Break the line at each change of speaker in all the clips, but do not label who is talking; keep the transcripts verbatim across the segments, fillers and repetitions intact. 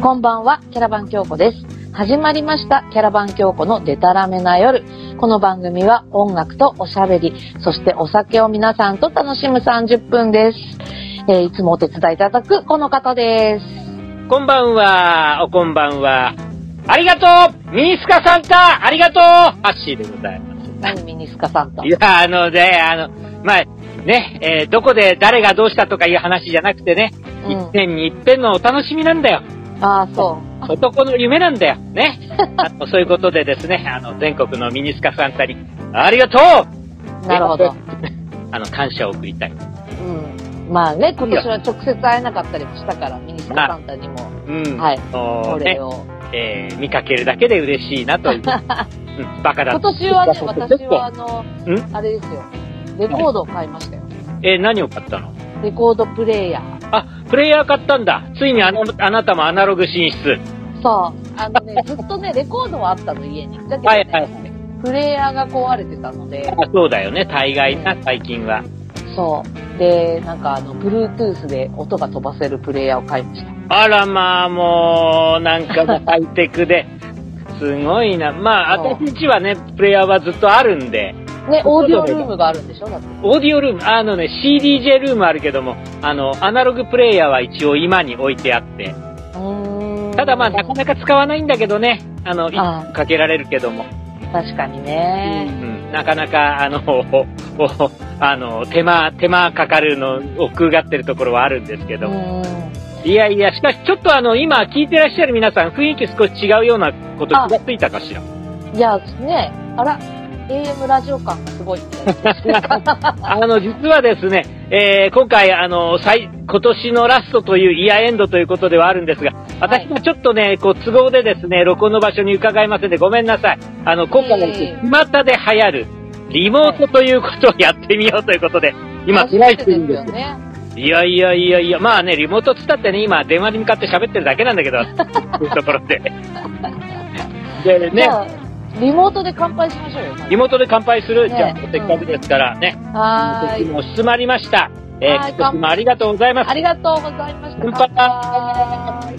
こんばんは、キャラバン京子です。始まりましたキャラバン京子のデタラメな夜。この番組は音楽とおしゃべり、そしてお酒を皆さんと楽しむさんじゅっぷんです。えー、いつもお手伝いいただくこの方です。
こんばんは、おこんばんは。ありがとうミニスカサンタありがとうハッシーでございます。
何ミニスカサンタ？
いや、あのね、あの、まあ、ね、えー、どこで誰がどうしたとかいう話じゃなくてね、うん、一年に一遍のお楽しみなんだよ。
ああ、そう。
男の夢なんだよ。ね。あのそういうことでですね、あの、全国のミニスカサンタに、ありがとう
なるほど。
あの、感謝を送りたい。
うん。まあね、今年は直接会えなかったりもしたから、ミニスカサンタにも。
うん。
はい。これを、
ね、えー、見かけるだけで嬉しいなという。うん、バカだ。
今年はね、私はあの、あれですよ。レコードを買いましたよ。
えー、何を買ったの？
レコードプレイヤー。
あ、プレイヤー買ったんだ。ついにあの、あなたもアナログ進出。
そう。あのね、ずっとね、レコードはあったの、家に。だけどね、はいはい、プレイヤーが壊れてたので。
あ、そうだよね、大概な、最近は。
そう。で、なんかあの、Bluetooth で音が飛ばせるプレイヤーを買いました。
あらまあ、もう、なんかハイテクで。すごいな。まあ、私んちはね、プレイヤーはずっとあるんで。
ね、オーディオルームがあるんでしょ？だって。
オーディオルーム、あのね、シーディージェー ルームあるけども、あの、アナログプレイヤーは一応今に置いてあって。ただまあ、なかなか使わないんだけどね。あの、あかけられるけども。
確かにね。
うん、なかなか、あの、あの、手間、手間かかるの、億劫がってるところはあるんですけども。いやいや、しかしちょっとあの、今聞いてらっしゃる皆さん、雰囲気少し違うようなこと気がついたかしら。
いや、ね、あら、エーエム ラジオ感がすごい。
あの、実はですね、えー、今回、あの、最、今年のラストというイヤーエンドということではあるんですが、私がちょっとね、こう、都合でですね、録音の場所に伺いませんで、ごめんなさい。あの、今回はですね、巷で流行る、リモートということをやってみようということで、今、トライしてるんですよね。いやいやいやいや、まあね、リモートつったってね、今、電話に向かって喋ってるだけなんだけど、そういうところで。でね。
リモートで乾杯しましょうよ。
リモートで乾杯する、ね、じゃあ、せっかくですからね。
はーい。
もう進まりました。えー、今年もありがとうございます。
ありがとうございました。
乾杯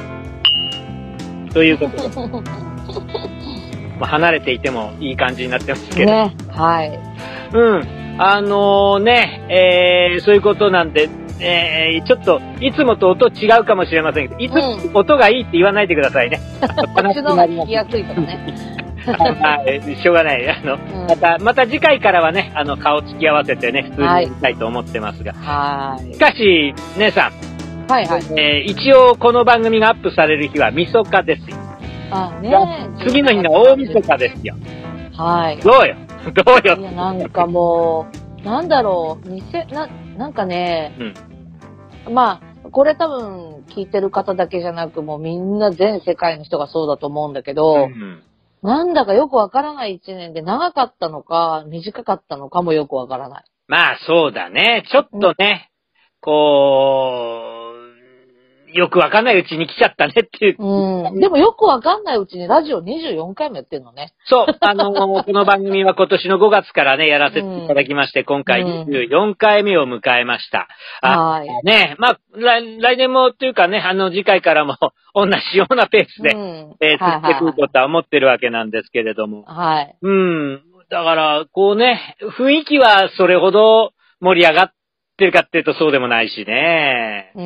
ということで。まあ、離れていてもいい感じになってますけど。
ね。はい。
うん。あのー、ね、えー、そういうことなんで、えー、ちょっと、いつもと音違うかもしれませんけど、いつも音がいいって言わないでくださいね。
こっちの方が聞きやすいからね。
ああ、しょうがない。あの、うん、また、また次回からはね、あの、顔つき合わせてね、普通にやりたいと思ってますが。
はい。
しかし、姉さん。
はいはい。
えー、一応この番組がアップされる日は、みそかですよ。
あね
次の日が大みそかですよ。
はい。
どうよ。どうよ。
いや、なんかもう、なんだろう、にせ、な、なんかね、うん、まあ、これ多分聞いてる方だけじゃなく、もうみんな全世界の人がそうだと思うんだけど、うんうんなんだかよくわからない一年で長かったのか、短かったのかもよくわからない。
まあそうだね。ちょっとね、うん、こう、よくわかんないうちに来ちゃったねっていう。
うん。でもよくわかんないうちにラジオにじゅうよんかいもやってるのね。
そう。あのー、この番組は今年のごがつからね、やらせていただきまして、うん、今回にじゅうよんかいめを迎えました。うん、
はい。
ね、まあ来、来年もというかね、あの、次回からも同じようなペースで、うん、えー、続けてくることは思ってるわけなんですけれども。
はい。
うん。だから、こうね、雰囲気はそれほど盛り上がってるかっていうとそうでもないしね。
うん。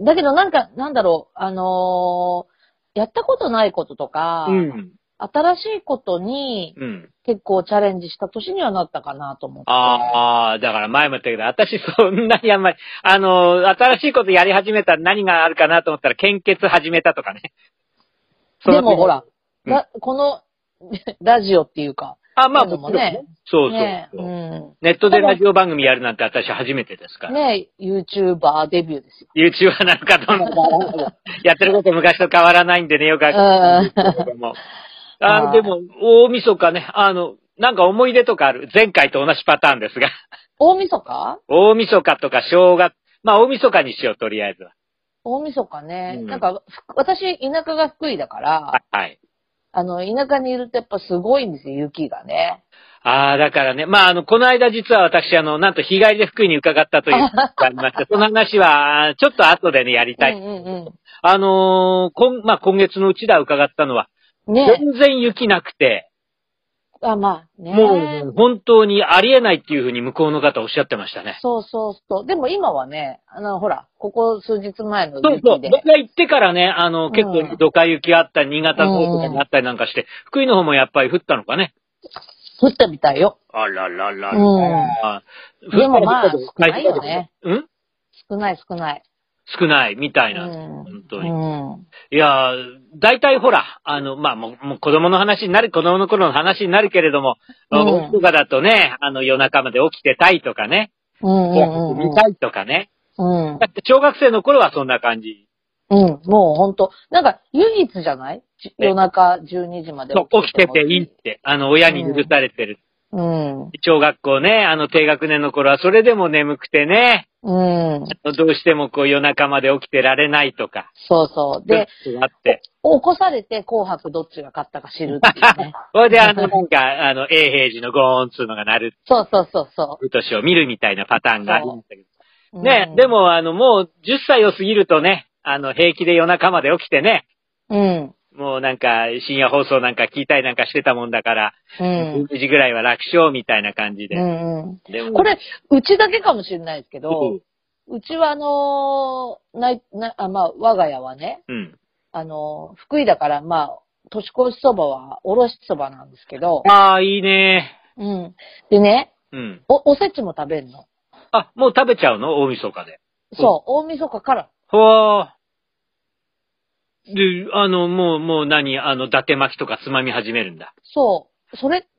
だけどなんか、なんだろう、あのー、やったことないこととか、うん、新しいことに、結構チャレンジした年にはなったかなと思って。
ああ、だから前も言ったけど、私そんなにあんまり、あのー、新しいことやり始めたら何があるかなと思ったら献血始めたとかね。
でもほら、うん、このラジオっていうか、
あ、まあもちろんね。そうそうそう、ねうん。ネットでラジオ番組やるなんて私初めてですから。
ねえ、YouTuber デビューですよ。
YouTuber なのかどうなのか。やってること昔と変わらないんでね、よくわかんないけども。あでも、大晦日ね、あの、なんか思い出とかある。前回と同じパターンですが。
大晦日？
大晦日とか正月。まあ大晦日にしよう、とりあえずは。
大晦日ね。うん、なんか、私、田舎が福井だから。
はい。はい
あの、田舎にいるとやっぱすごいんですよ、雪がね。
ああ、だからね、まあ、あの、この間実は私、あの、なんと日帰りで福井に伺ったというのがありまして、その話は、ちょっと後でね、やりたい。うんうんうん、 あのー、今、まあ、今月のうちだ伺ったのは、ね、全然雪なくて、
あ、まあね。
もう本当にありえないっていうふうに向こうの方おっしゃってましたね。
そうそうそう。でも今はね、あの、ほら、ここ数日前の雪で。
そうそう。僕が行ってからね、あの、結構ドカ雪あったり、新潟の方とかにあったりなんかして、うん、福井の方もやっぱり降ったのかね。
降ったみたいよ。
あらららら。
うん。でもまあ、少ないよね。
うん
少ない少ない。
少ないみたいな。うん、本当に。うん、いやー、大体ほら、あの、まあ、もう、もう子供の話になる、子供の頃の話になるけれども、僕、うん、とかだとね、あの、夜中まで起きてたいとかね。うんうんうん、見たいとかね。うん。だって小学生の頃はそんな感じ。
うん、もうほんと。なんか、唯一じゃない、夜中じゅうにじまで起きてて。
起きてていいって、あの、親に許されてる。うん。小学校ね、あの、低学年の頃はそれでも眠くてね。うん。どうしてもこう夜中まで起きてられないとか。
そうそう。で、あって起こされて紅白どっちが勝ったか知るっていうね。
それであの、なんか、あの、永平寺のゴーンっつうのが鳴る。
そうそうそうそう。
うとしを見るみたいなパターンがありましたけど。ね、うん、でもあの、もうじゅっさいを過ぎるとね、あの、平気で夜中まで起きてね。うん。もうなんか、深夜放送なんか聞いたりなんかしてたもんだから、うん。じゅうじぐらいは楽勝みたいな感じで。うん
うん。でもこれ、うちだけかもしれないですけど、うん、うちはあのー、な、な、あ、まあ、我が家はね、うん。あのー、福井だから、まあ、年越しそばはおろしそばなんですけど。
ああ、いいね。
うん。でね、うん。お、おせちも食べるの。
あ、もう食べちゃうの大晦日で。
そう、大晦日から。
ほー。で、あの、もう、もう何、あの、伊達巻きとかつまみ始めるんだ。
そう。それって、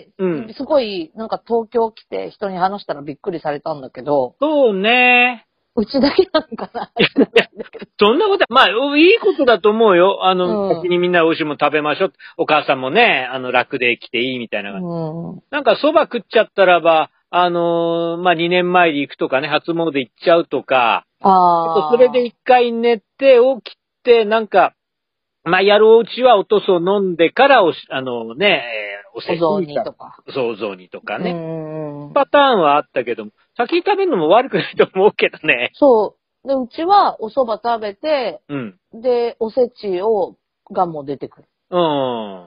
うん、すごい、なんか東京来て人に話したらびっくりされたんだけど。
そうね。
うちだけなのかな。
そんなことは、まあ、いいことだと思うよ。あの、うん、先にみんな美味しいもの食べましょう。お母さんもね、あの、楽で来ていいみたいな感じ。うん、なんか蕎麦食っちゃったらば、あのー、まあ、にねんまえに行くとかね、初詣行っちゃうとか。ああ。それで一回寝て起きて、なんか、まあ、やるおうちはおとそ飲んでからおし、あのね、えー、おせち
お雑煮とか。
そう、お雑煮とかね。うん。パターンはあったけども、先に食べるのも悪くないと思うけどね。
そう。で、うちはお蕎麦食べて、うん。で、おせちを、がもう出てくる。うん。うん。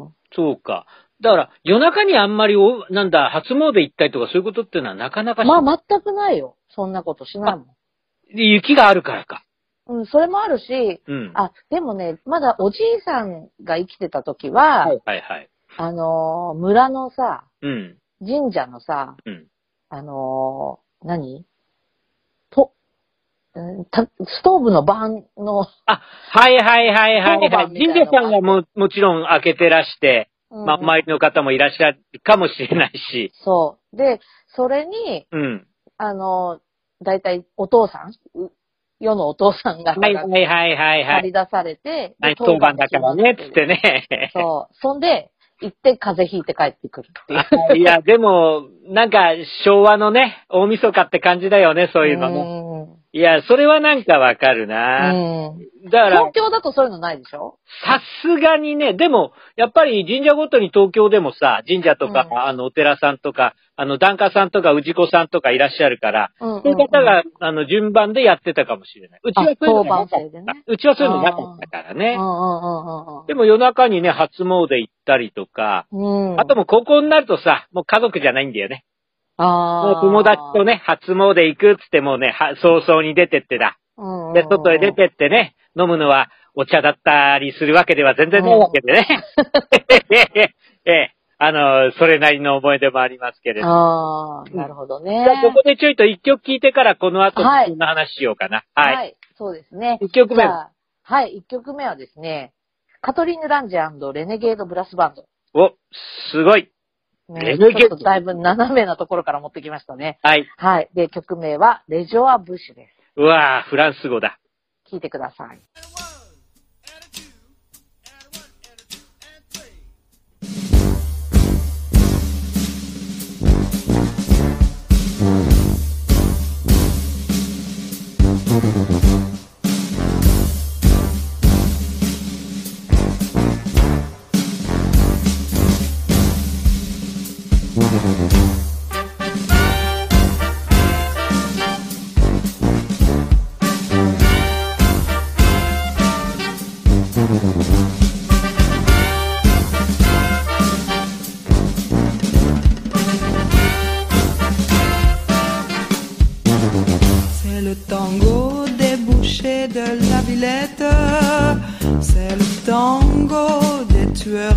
そうか。だから、夜中にあんまりお、なんだ、初詣行ったりとかそういうことっていうのはなかなかし
まあ、全くないよ。そんなことしないもん。
で、雪があるからか。
うん、それもあるし、うん、あ、でもね、まだおじいさんが生きてた時は、はいはいはい。あのー、村のさ、うん、神社のさ、うん、あのー、何と、うん、た、ストーブの番の。
あ、はいはいはいはい、はい。神社さんがも、もちろん開けてらして、うん、まあ、周りの方もいらっしゃるかもしれないし。
そう。で、それに、うん、あのー、だいたいお父さん世のお父さんが、
はいはいはいはい。
借り出されて、
当番だからね、つってね。
そう。そんで、行って風邪ひいて帰ってくるっていう。
いや、でも、なんか、昭和のね、大晦日って感じだよね、そういうのね。いや、それはなんかわかるな。うん。
だから。東京だとそういうのないでしょ？
さすがにね、でも、やっぱり神社ごとに東京でもさ、神社とか、うん、あの、お寺さんとか、あの、檀家さんとか、氏子さんとかいらっしゃるから、うんうんうん、そういう方が、あの、順番でやってたかもしれない。うちはそういうのなかった。ね、うちはそういうのなかったからね。うんうんうん、でも夜中にね、初詣行ったりとか、うん、あともう高校になるとさ、もう家族じゃないんだよね。ああ。友達とね、初詣行くっつってもね、は早々に出てってだ。うんうん、で、外へ出てってね、飲むのはお茶だったりするわけでは全然ないわけでね。ええ、あの、それなりの思い出もありますけれど。
ああ、なるほどね。
じゃあ、ここでちょいと一曲聴いてからこの後、こんな話しようかな。はい。はい、
そうですね。
一曲目は
はい、一曲目はですね、カトリーヌ・ランジェ&レネゲード・ブラスバンド。
お、すごい。
ね、レネゲード。ちょっとだいぶ斜めなところから持ってきましたね。はい。はい。で、曲名は、レジョア・ブッシュです。
うわぁ、フランス語だ。
聴いてください。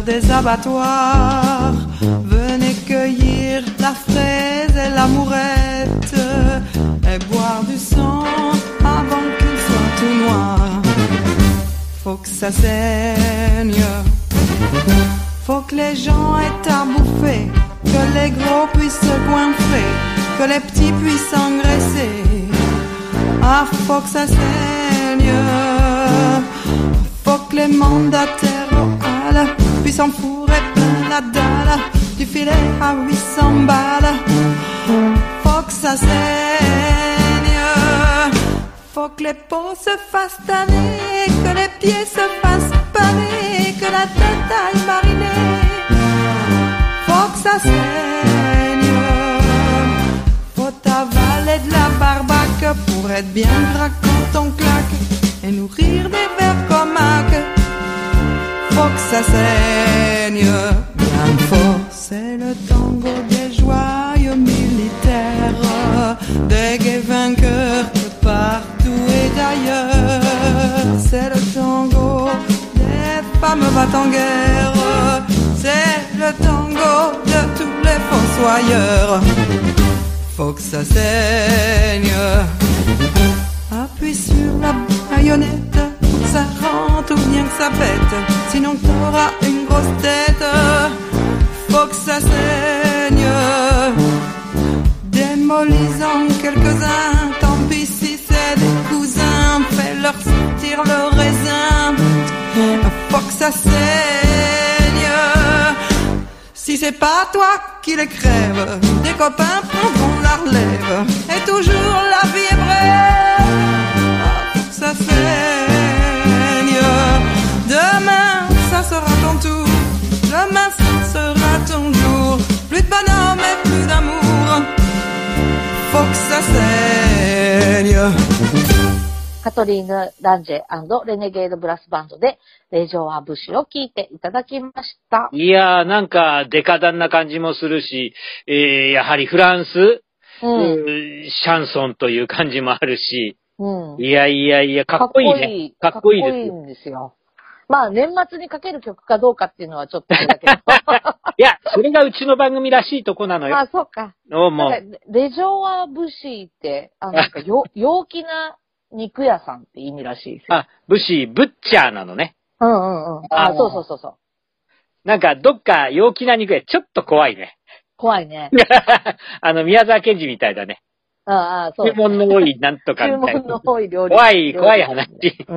des abattoirs. Venez cueillir la fraise et l'amourette et boire du sang avant qu'il soit tout noir. Faut que ça saigne, faut que les gens aient à bouffer, que les gros puissent se coinfrer, que les petits puissent engraisser. Ah, faut que ça saigne, faut que les mandataires au hall puissent enfourrer plein la dalle du filet à huit cents balles. Faut que ça saigne, faut que les peaux se fassent tanner, que les pieds se fassent parer, que la tête aille mariner. Faut que ça saigne, faut avaler de la barbaque pour être bien gras quand on claque et nourrir des vers comaques. Faut que ça saigne bien fort. C'est le tango des joyeux militaires, des gays vainqueurs de partout et d'ailleurs. C'est le tango des femmes battent en guerre, c'est le tango de tous les fossoyeurs. Faut que ça saigne, appuie sur la baïonnette, faut que ça rentre ou bien que ça pète, sinon t'auras une grosse tête. Faut que ça saigne, démolis-en quelques-uns, tant pis si c'est des cousins, fais-leur sortir le raisin. Faut que ça saigne, si c'est pas toi qui les crève, des copains prendront la relève, et toujours la vie est brève. Faut que ça saigne, demain ça sera ton tour, demain ça sera ton jour, plus de bonhomme et plus d'amour. Faut que ça saigne.
カトリーヌ・ランジェ&レネゲードブラスバンドで、レジョア・ブシを聴いていただきました。
いやー、なんか、デカダンな感じもするし、えー、やはりフランス、うん、シャンソンという感じもあるし、うん、いやいやいや、かっこいいね。かっこいいです。かっこいいんですよ。
まあ、年末にかける曲かどうかっていうのはちょっとあれだけど。
いや、それがうちの番組らしいとこなのよ。
あ、そうか。
もう。
レジョア・ブシって、あの、なんかよ、陽気な、肉屋さんって意味らしいですよ。
あ、ブシー、ブッチャーなのね。
うんうんうん。あ、そうそうそうそう。
なんか、どっか陽気な肉屋、ちょっと怖いね。
怖いね。
あの、宮沢賢治みたいだね。
ああ、そう、ね。
注文の多いなんとかみたいな。
注文の多い料理。
怖い、怖い話。
うん。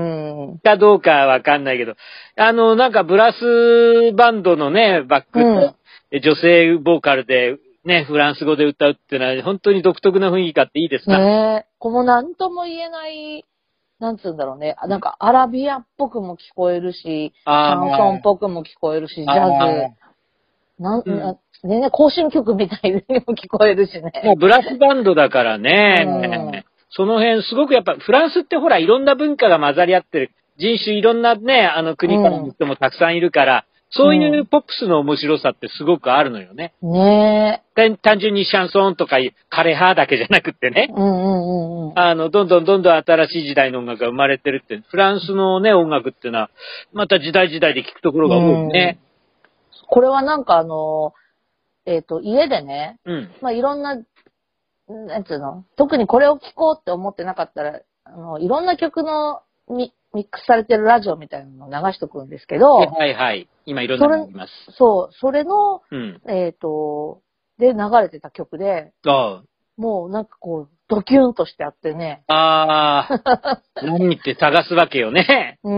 かどうかわかんないけど。あの、なんかブラスバンドのね、バックと、うん、女性ボーカルで、ね、フランス語で歌うってのは、本当に独特な雰囲気があっていいです
ね。ねえ。このなんとも言えない、なんつうんだろうね。なんかアラビアっぽくも聞こえるし、シャンソンっぽくも聞こえるし、ジャズ。なん、うん、ね、行進曲みたいにも聞こえるしね。
もうブラスバンドだからね。うん、その辺すごくやっぱフランスってほらいろんな文化が混ざり合ってる。人種いろんなね、あの国からの人もたくさんいるから、そういうポップスの面白さってすごくあるのよね。
ね
え。単純にシャンソンとか枯れ葉だけじゃなくってね。
うんうんうんうん。
あの、どんどんどんどん新しい時代の音楽が生まれてるって、フランスのね、音楽っていうのは、また時代時代で聞くところが多いね。
これはなんかあの、えっと、家でね、
うん。
まあいろんな、なんつうの、特にこれを聴こうって思ってなかったら、あの、いろんな曲のミ、ミックスされてるラジオみたいなのを流しとくんですけど、
はいはい。今いろんなのがあります。
そう、それの、
うん、
えっと、で流れてた曲で、
ああ
もうなんかこう、ドキュンとしてあってね。
ああ、何って探すわけよね。
うん。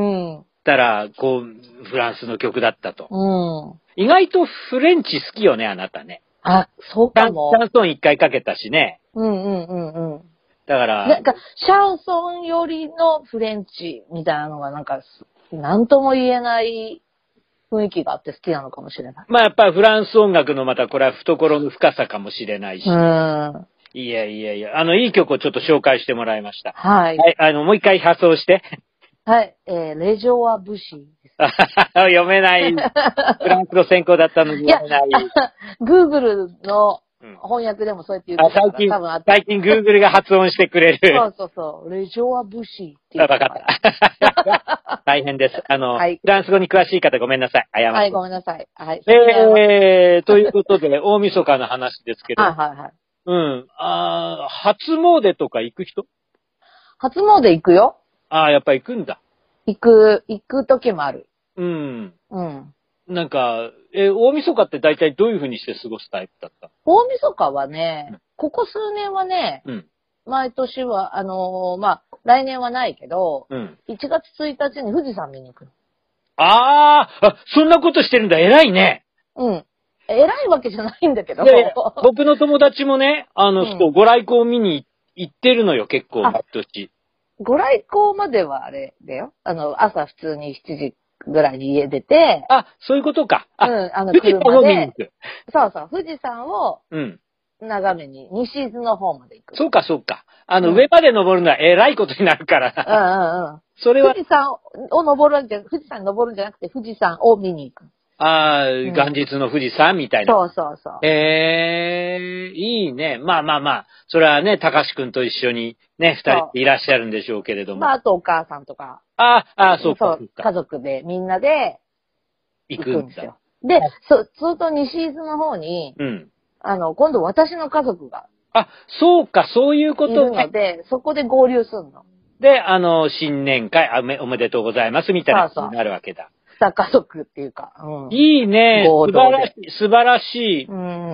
たら、こう、フランスの曲だったと。
うん。
意外とフレンチ好きよね、あなたね。
あ、そうかも。
シャンソン一回かけたしね。
うんうんうんうん。
だから。
なんか、シャンソンよりのフレンチみたいなのがなんか、なんとも言えない雰囲気があって好きなのかもしれない。
まあやっぱりフランス音楽のまたこれは懐の深さかもしれないし。
うん。
いやいやいや、あの、いい曲をちょっと紹介してもらいました。
はい。
はい、あの、もう一回発音して。
はい、えー、レジョア・ブシーです。
読めない。フランス語専攻だったのに読めない。
Google の、
うん、
翻訳でもそうやって言ってたから、
最近、
多分あ
最近 Google が発音してくれる。
そうそうそう。レジョアブシーって言う。
わかった。大変です。あの、はい、フランス語に詳しい方ごめんなさい。謝って。
はい、ごめんなさい。はい。
えー、ということで、大晦日の話ですけど。
はいはいはい。
うん。あ初詣とか行く人？
初詣行くよ。
ああ、やっぱ行くんだ。
行く、行く時もある。
うん。
うん。
なんか、え、大晦日って大体どういう風にして過ごすタイプだった？
大晦日はね、うん、ここ数年はね、うん、毎年は、あのー、まあ、来年はないけど、うん、いちがつついたちに富士山見に行くの。
あーあ、そんなことしてるんだ、偉いね。
うん。偉いわけじゃないんだけど。
僕の友達もね、あの、うん、ご来光見に行ってるのよ、結構、毎年。
ご来光まではあれだよ。あの、朝普通にしちじぐらいに家出て。
あ、そういうことか。
あ、うん、あの、車で。そうそう、富士山を、うん。眺めに、西伊豆の方まで行く。
そうか、そうか。あの、うん、上まで登るのは偉いことになるから。
うんうんうん。
それは。
富士山を登るんじゃ、富士山に登るんじゃなくて、富士山を見に行く。
ああ、うん、元日の富士山みたいな。
そうそうそう。
へえー、いいね。まあまあまあ、それはね、高志くんと一緒にね、二人いらっしゃるんでしょうけれども。
まあ、あとお母さんとか。
ああ、ああ、そうか。
そう、家族で、みんなで
行くん
ですよ。で、そ、ずっと西伊豆の方に、うん。あの、今度私の家族が。
あ、そうか、そういうことね。
いるので、そこで合流するの。
で、あの、新年会、あめ、おめでとうございます、みたいなことになるわけだ。
二家族っていうか。
うん、いいね。素晴らしい。素晴らしい。
うん、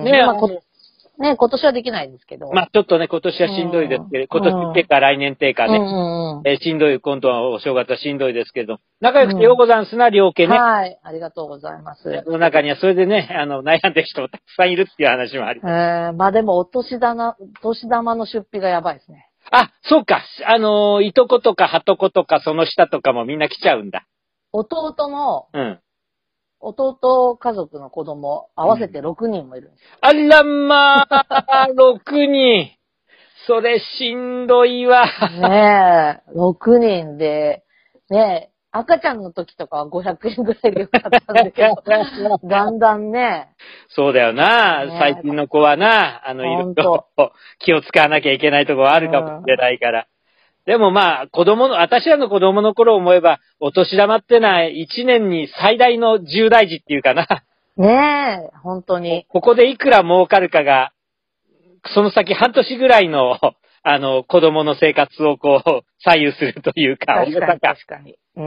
ね、まあ、こ、ね、今年はできないんですけど。
まあ、ちょっとね、今年はしんどいですけど、今年っていうか来年っていうかね、うんうん、えー、しんどい、今度はお正月はしんどいですけど、仲良くてようござんすな、両家ね。
はい、ありがとうございます。
その中にはそれでね、あの、悩んでる人もたくさんいるっていう話もあります。
えー、まあでも、お年玉、お年玉の出費がやばいですね。
あ、そうか。あのー、いとことかはとことかその下とかもみんな来ちゃうんだ。
弟の、うん。弟家族の子供、合わせてろくにんもいるんです。
うん、あらまあ、ろくにん。それしんどいわ。
ねえ、ろくにんで、ねえ、赤ちゃんの時とかはごひゃくえんぐらいでよかったんだけど、だんだんね。
そうだよな、ね、最近の子はな、あの、いろいろ気を使わなきゃいけないところあるかもしれないから。うん、でもまあ、子供の、私らの子供の頃を思えば、お年玉ってのはいちねんに最大の重大事っていうかな。
ねえ、本当に。
ここでいくら儲かるかが、その先半年ぐらいの、あの、子供の生活をこう、左右するというか、
確かに確かに。うん。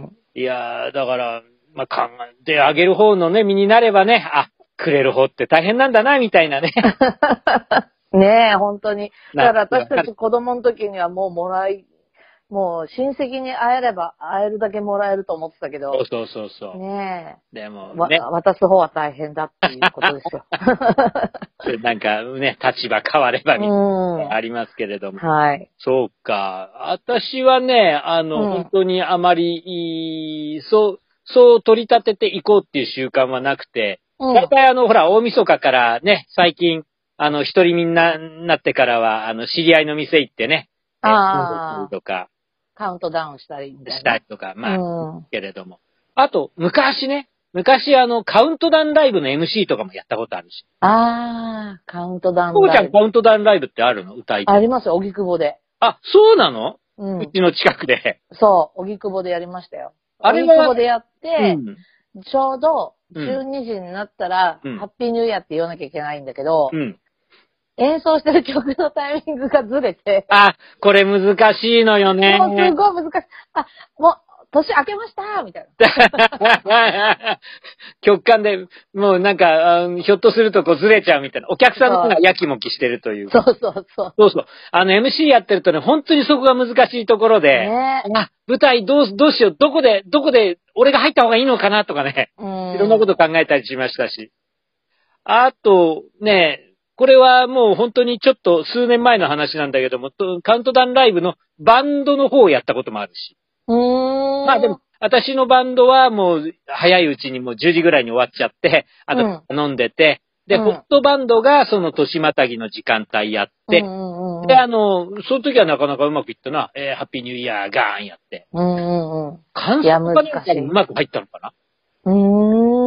いやー、だから、まあ、考えてあげる方のね、身になればね、あ、くれる方って大変なんだな、みたいなね。
ねえ、本当に。だから私たち子供の時にはもうもらい、もう親戚に会えれば会えるだけもらえると思ってたけど。
そうそうそうそう。
ねえ。
でもね。
渡す方は大変だっていうことですよ。
なんかね、立場変わればみたいなありますけれども。
はい。
そうか。私はね、あの、うん、本当にあまり、そう、そう取り立てていこうっていう習慣はなくて、うん、大体あの、ほら、大晦日からね、最近、あの、一人みんなになってからは、あの、知り合いの店行ってね、
ああ。
とか。
カウントダウンしたりみたいな。
したりとか、まあ、うん、けれども。あと、昔ね、昔あの、カウントダウンライブの エムシー とかもやったことあるし。
ああ、カウントダウンライブ。
こうちゃんカウントダウンライブってあるの？歌い。
ありますよ、荻窪で。
あ、そうなの？
うん。
うちの近くで。
そう、荻窪でやりましたよ。
あれは
荻窪でやって、うん、ちょうどじゅうにじになったら、うん、ハッピーニューイヤーって言わなきゃいけないんだけど、うん、演奏してる曲のタイミングがずれて。
あ、これ難しいのよね。
もうすごい難しい。あ、もう、年明けましたみたいな。
曲間で、もうなんか、ひょっとするとこうずれちゃうみたいな。お客さんの方がやきもきしてるという。
そうそうそう。
そうそう。あの エムシー やってるとね、本当にそこが難しいところで、
ね、
あ、舞台どう、どうしよう、どこで、どこで、俺が入った方がいいのかなとかね。いろんなこと考えたりしましたし。あと、ね、これはもう本当にちょっと数年前の話なんだけども、カウントダウンライブのバンドの方をやったこともあるし。
うーん。
まあでも、私のバンドはもう早いうちにもうじゅうじぐらいに終わっちゃって、あと飲んでて、うん、で、ホットバンドがその年またぎの時間帯やって、うんうんうん、で、あの、その時はなかなかうまくいったな、えー、ハッピーニューイヤーガーンやって。
うんうんうん。
感想がなんかうまく入ったのかな？
うーん。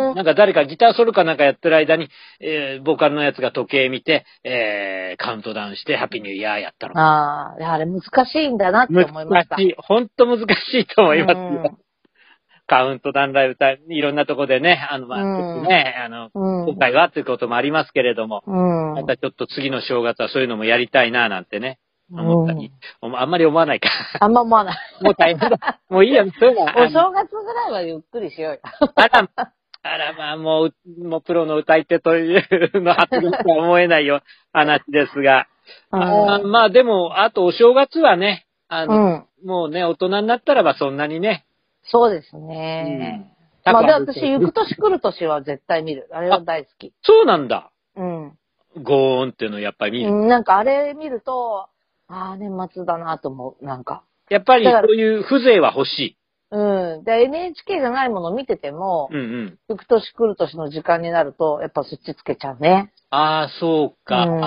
なんか誰かギターソロかなんかやってる間に、えー、ボーカルのやつが時計見て、えー、カウントダウンしてハッピーニューイヤーやったの。
ああ、あれ難しいんだなって思いました。
難しい。ほんと難しいと思いますよ。カウントダウンライブ歌い、いろんなとこでね、あの、まあ、うん、ね、あの、うん、今回はということもありますけれども、うん、またちょっと次の正月はそういうのもやりたいな、なんてね、思ったり、うん、あんまり思わないか。
あんま思わない。
もう大変だ。もういいや、そういうのは。
お正月ぐらいはゆっくりしようよ。
あら、あら、まあ、もう、もうプロの歌い手というの発言とは思えないよ、話ですが。あまあ、でも、あとお正月はね、あの、うん、もうね、大人になったらばそんなにね、
そうですね。うん、まあ、で、私、行く年来る年は絶対見る。あれは大好き。
そうなんだ。
うん。
ゴーンっていうのをやっぱり見る。
うん、なんかあれ見ると、ああ、年末だなと思う。なんか。
やっぱりそういう風情は欲しい。
うん。で、エヌエイチケー じゃないものを見てても、うんうん。行く年来る年の時間になると、やっぱそっちつけちゃうね。
ああ、そうか、うん。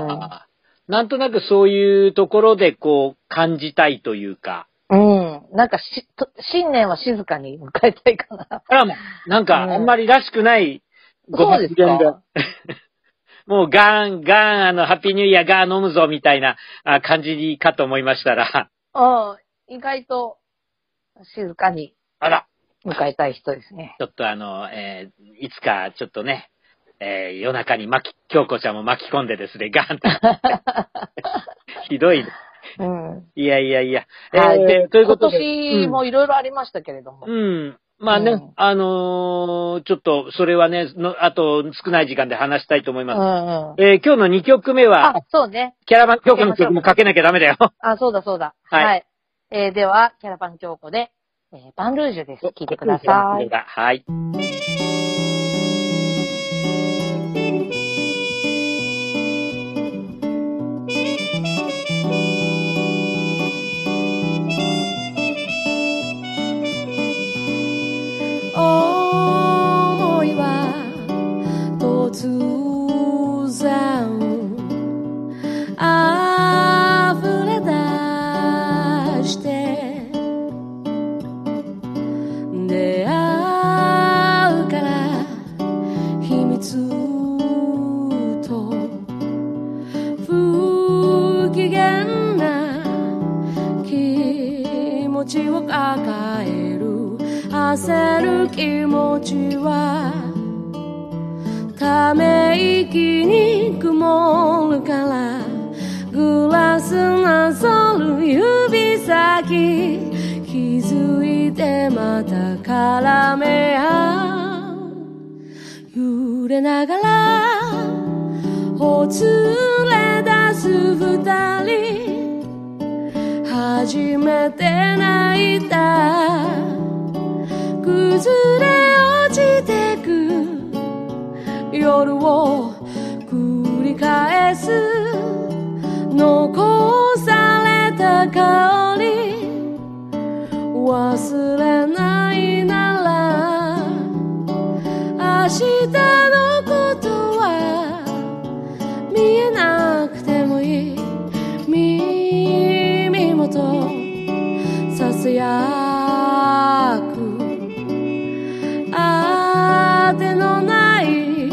なんとなくそういうところでこう、感じたいというか。
うん。なんかし、新年は静かに迎えたいかな。
あらもう、なんか、あんまりらしくないご発言で。もう、ガーン、ガーン、あの、ハッピーニューイヤーガーン飲むぞ、みたいな感じかと思いましたら。
ああ、意外と、静かに。
あら。
迎えたい人ですね。
ちょっとあの、えー、いつか、ちょっとね、えー、夜中に巻き、京子ちゃんも巻き込んでですね、ガーンと。ひどいね。うん。いやいやいや。
はい。えー、ということで。今年もいろいろありましたけれども。
うん。うん、まあね、うん、あのー、ちょっと、それはね、の、あと少ない時間で話したいと思います。うんうん、えー、今日のにきょくめは、
あ、そうね。
キャラバン京子の曲もかけなきゃダメだよ。
あ、そうだそうだ。はい。はい、えー、では、キャラバン京子で、えー、バンルージュです。聴いてください。
はい。
思いは突然溢れ出して出会うから秘密と不機嫌な気持ちを抱える焦る気持ちはため息に曇るからグラスなぞる指先気づいてまた絡め合う揺れながらほつれ出す二人初めて泣いた崩れ落ちてく夜を繰り返す残された香り忘れないなら明日のことは見えなくてもいい耳元ささやくあてのない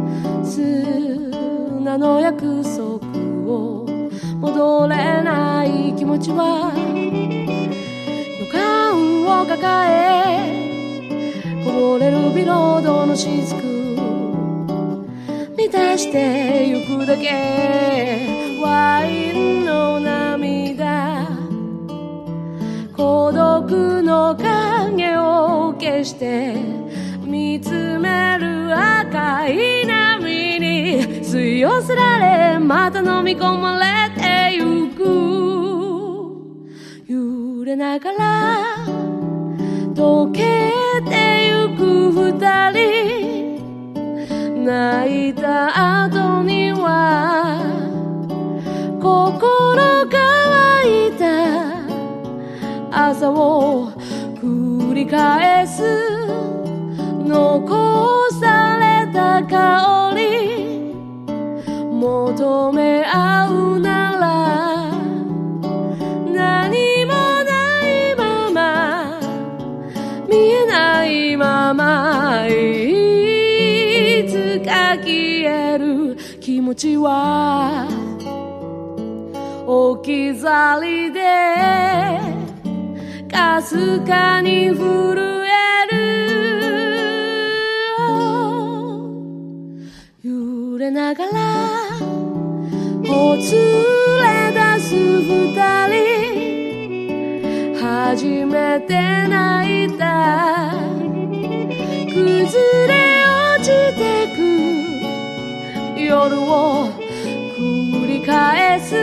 砂の約束を戻れない気持ちは予感を抱えこぼれるビロードの雫満たしてゆくだけワインの涙孤独の影を消して見つめる赤い波に吸い寄せられまた飲み込まれてゆく揺れながら溶けてゆく二人泣いた後には心乾いた朝を繰り返す残された香り求め合うなら何もないまま見えないままいが消える気持ちは置き去りでかすかに震える揺れながらほつれ出す二人初めて泣いた崩れ落ちてく夜を繰り返す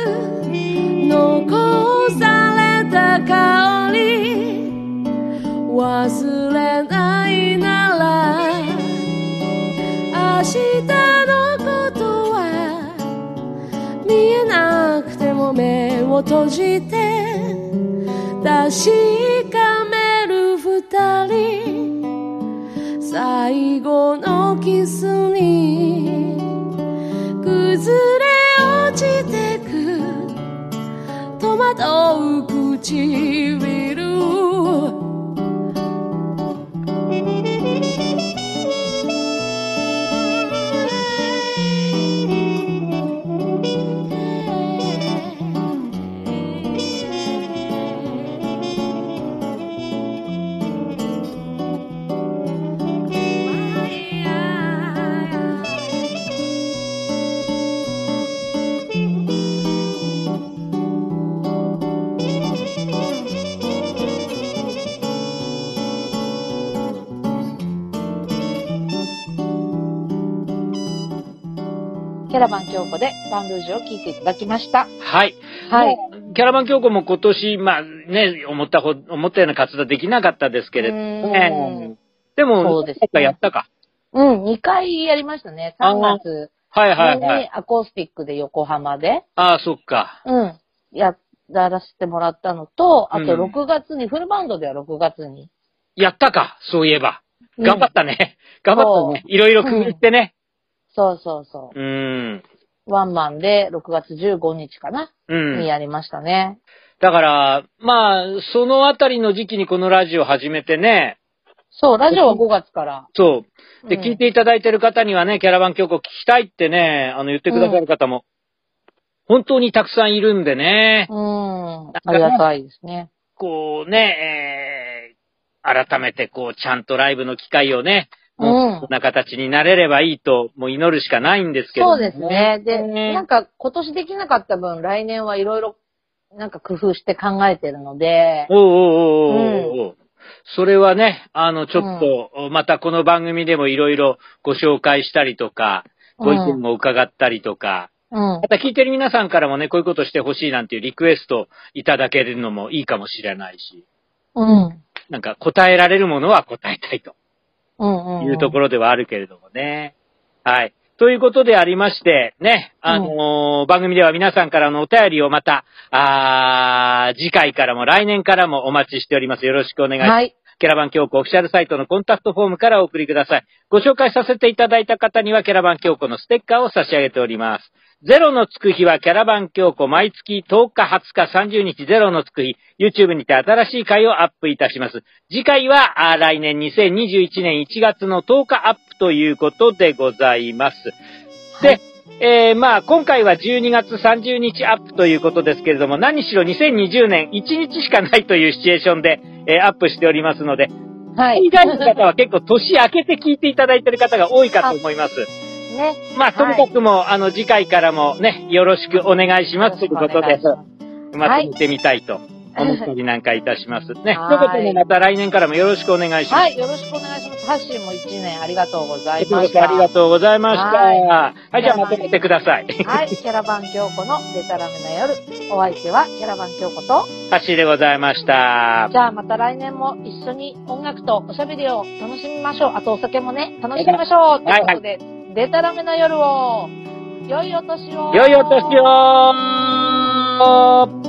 残された香り忘れないなら明日のことは見えなくても目を閉じて確かめる二人最後のキスに崩れ落ちてく戸惑う唇
キャラバン京子でバンルージュを聴いていただきました。
はい。はい。キャラバン京子も今年、まあね、思ったほ、思ったような活動できなかったですけれどもね。でも、そうですね。やったか。
うん、にかいやりましたね。さんがつ。
はいはいはい。
アコースティックで横浜で。
ああ、そっか。
うん。や、やらせてもらったのと、あとろくがつに、うん、フルバンドではろくがつに。
やったか、そういえば。頑張ったね。うん、頑張ったね。いろいろ工夫してね。
そうそうそう。
うん。
ワンマンでろくがつじゅうごにちかな。うん。にやりましたね。
だから、まあ、そのあたりの時期にこのラジオ始めてね。
そう、ラジオはごがつから。
そう。で、うん、聞いていただいてる方にはね、キャラバン京子聞きたいってね、あの、言ってくださる方も、本当にたくさんいるんでね。
うん。ありがたいですね。
こうね、えー、改めてこう、ちゃんとライブの機会をね、もう、こんな形になれればいいと、もう祈るしかないんですけど、
ね。そうですね。で、なんか今年できなかった分、来年はいろいろ、なんか工夫して考えてるので。
おうおうおうおう、うん、それはね、あの、ちょっと、またこの番組でもいろいろご紹介したりとか、ご意見も伺ったりとか、うん、また聞いてる皆さんからもね、こういうことしてほしいなんていうリクエストいただけるのもいいかもしれないし。
うん。
なんか答えられるものは答えたいと。うんうん、いうところではあるけれどもね。はい。ということでありまして、ね、あのーうん、番組では皆さんからのお便りをまた、あ次回からも来年からもお待ちしております。よろしくお願いします。はい。キャラバン京子オフィシャルサイトのコンタクトフォームからお送りください。ご紹介させていただいた方にはキャラバン京子のステッカーを差し上げております。ゼロのつく日はキャラバン京子毎月とおか、はつか、さんじゅうにちゼロのつく日、YouTube にて新しい回をアップいたします。次回はあ来年にせんにじゅういちねんいちがつのとおかアップということでございます。で、はい、えー、まあ今回はじゅうにがつさんじゅうにちアップということですけれども、何しろにせんにじゅうねんいちにちしかないというシチュエーションで、えー、アップしておりますので、はい。以外の方は結構年明けて聞いていただいている方が多いかと思います。ね。まあ、とにかくも、はい、あの、次回からもね、よろしくお願いします。ということで、まとめてみたいと思ったりなんかいたします。ね。ということで、また来年からもよろしくお願いします。
はい、よろしくお願いします。ハッシーもいちねんありがとうございました。
ありがとうございました。はい、はい、じゃあまとめてください。
はい、キャラバン京子のデタラメな夜。お相手はキャラバン京子と、
ハッシーでございました。
じゃあまた来年も一緒に音楽とおしゃべりを楽しみましょう。あとお酒もね、楽しみましょう。ということで、はいはい、デタラメな夜を、良いお年を。
良いお年を。